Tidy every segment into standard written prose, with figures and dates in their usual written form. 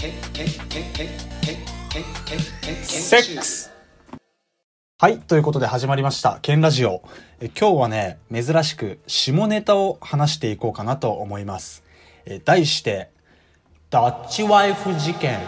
セックス。はい、ということで始まりましたケンラジオ。今日はね、珍しく下ネタを話していこうかなと思います。題してダッチワイフ事件。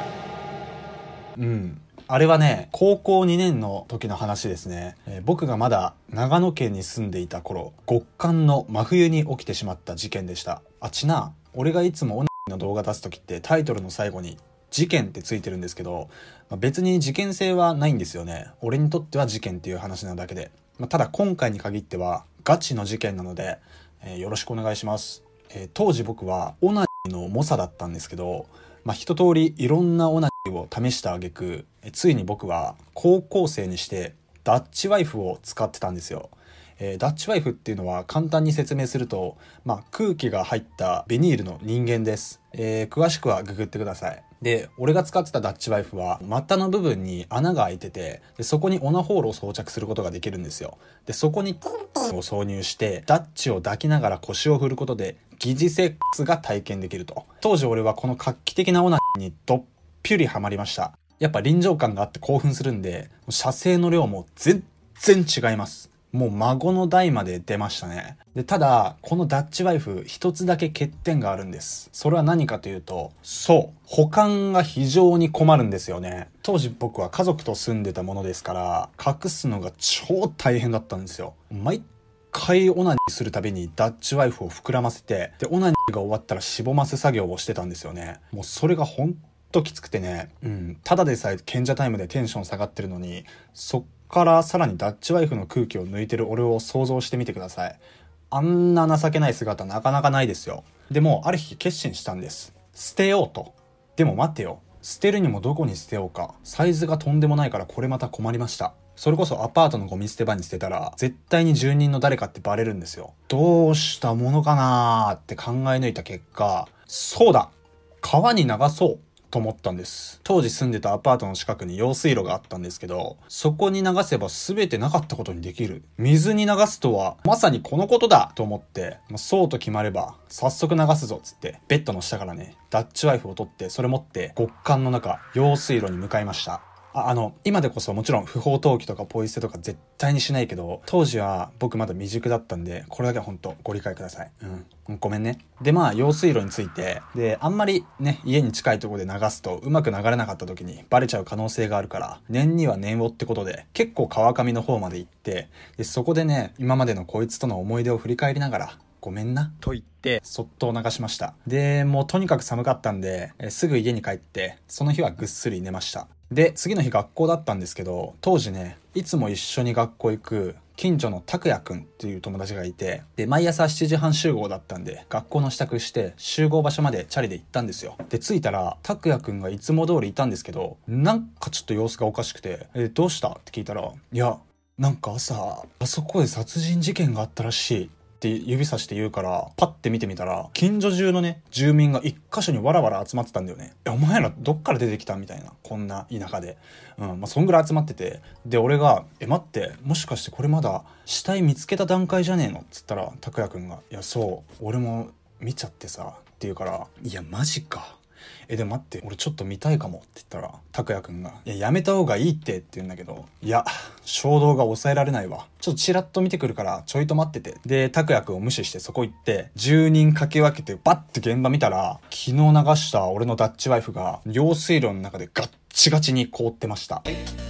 あれはね、高校2年の時の話ですね。僕がまだ長野県に住んでいた頃、極寒の真冬に起きてしまった事件でした。俺がいつもオナニーの動画出す時ってタイトルの最後に事件ってついてるんですけど、別に事件性はないんですよね。俺にとっては事件っていう話なだけで。ただ今回に限ってはガチの事件なので、よろしくお願いします。当時僕はオナニーの猛者だったんですけど、一通りいろんなオナニーを試した挙句、ついに僕は高校生にしてダッチワイフを使ってたんですよ。ダッチワイフっていうのは簡単に説明すると、空気が入ったビニールの人間です。詳しくはググってください。で、俺が使ってたダッチワイフは股の部分に穴が開いてて、でそこにオナホールを装着することができるんですよ。で、そこにを挿入してダッチを抱きながら腰を振ることで疑似セックスが体験できると。当時俺はこの画期的なオナにどっぴりハマりました。やっぱ臨場感があって興奮するんで、射精の量も全然違います。もう孫の代まで出ましたね。で、ただ、このダッチワイフ、一つだけ欠点があるんです。それは何かというと、保管が非常に困るんですよね。当時僕は家族と住んでたものですから、隠すのが超大変だったんですよ。毎回オナニーするたびにダッチワイフを膨らませて、で、オナニーが終わったらしぼます作業をしてたんですよね。もうそれがほんときつくてね、ただでさえ賢者タイムでテンション下がってるのに、そっからさらにダッチワイフの空気を抜いてる俺を想像してみてください。あんな情けない姿なかなかないですよ。でもある日決心したんです。捨てようと。でも待ってよ。捨てるにもどこに捨てようか。サイズがとんでもないからこれまた困りました。それこそアパートのゴミ捨て場に捨てたら絶対に住人の誰かってバレるんですよ。どうしたものかなーって考え抜いた結果、そうだ、川に流そうと思ったんです。当時住んでたアパートの近くに用水路があったんですけど、そこに流せば全てなかったことにできる。水に流すとはまさにこのことだと思って、そうと決まれば早速流すぞっつってベッドの下からね、ダッチワイフを取ってそれ持って極寒の中用水路に向かいました。今でこそもちろん不法投棄とかポイ捨てとか絶対にしないけど、当時は僕まだ未熟だったんで、これだけは本当ご理解ください。ごめんね。で、用水路について、で、あんまりね、家に近いところで流すとうまく流れなかった時にバレちゃう可能性があるから、念には念をってことで、結構川上の方まで行って、で、そこでね、今までのこいつとの思い出を振り返りながら、ごめんなと言ってそっと流しました。で、もうとにかく寒かったんで、すぐ家に帰ってその日はぐっすり寝ました。で、次の日学校だったんですけど、当時ね、いつも一緒に学校行く近所の拓也くんっていう友達がいて、で、毎朝7時半集合だったんで、学校の支度して集合場所までチャリで行ったんですよ。で、着いたら拓也くんがいつも通りいたんですけど、なんかちょっと様子がおかしくて、どうしたって聞いたら、いや、なんか朝あそこで殺人事件があったらしいって指さして言うから、パッて見てみたら近所中のね、住民が一箇所にわらわら集まってたんだよね。お前らどっから出てきたみたいな、こんな田舎で。そんぐらい集まってて、で、俺が待って、もしかしてこれまだ死体見つけた段階じゃねえのっつったら、拓也くんが、いやそう俺も見ちゃってさって言うから、いやマジか、でも待って、俺ちょっと見たいかもって言ったら、拓也くんが、いや、やめた方がいいって言うんだけど、いや、衝動が抑えられないわ。ちょっとチラッと見てくるから、ちょいと待ってて。で、拓也くんを無視してそこ行って、10人かけ分けて、バッて現場見たら、昨日流した俺のダッチワイフが、用水路の中でガッチガチに凍ってました。ガ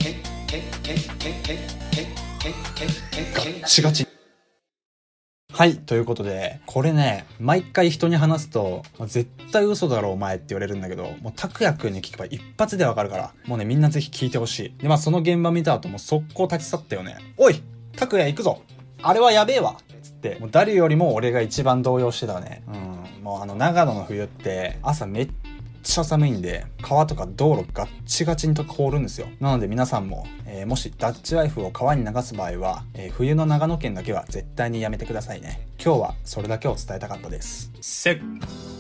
ッチガチ。はい、ということで、これね、毎回人に話すと、絶対嘘だろお前って言われるんだけど、もう拓也くんに聞けば一発でわかるから、もうね、みんなぜひ聞いてほしい。で、その現場見た後も速攻立ち去ったよね。おい拓也行くぞ、あれはやべえわつって、もう誰よりも俺が一番動揺してたね。もう長野の冬って朝めっちゃ寒いんで、川とか道路ガッチガチにと凍るんですよ。なので皆さんも、もしダッチワイフを川に流す場合は、冬の長野県だけは絶対にやめてくださいね。今日はそれだけを伝えたかったです。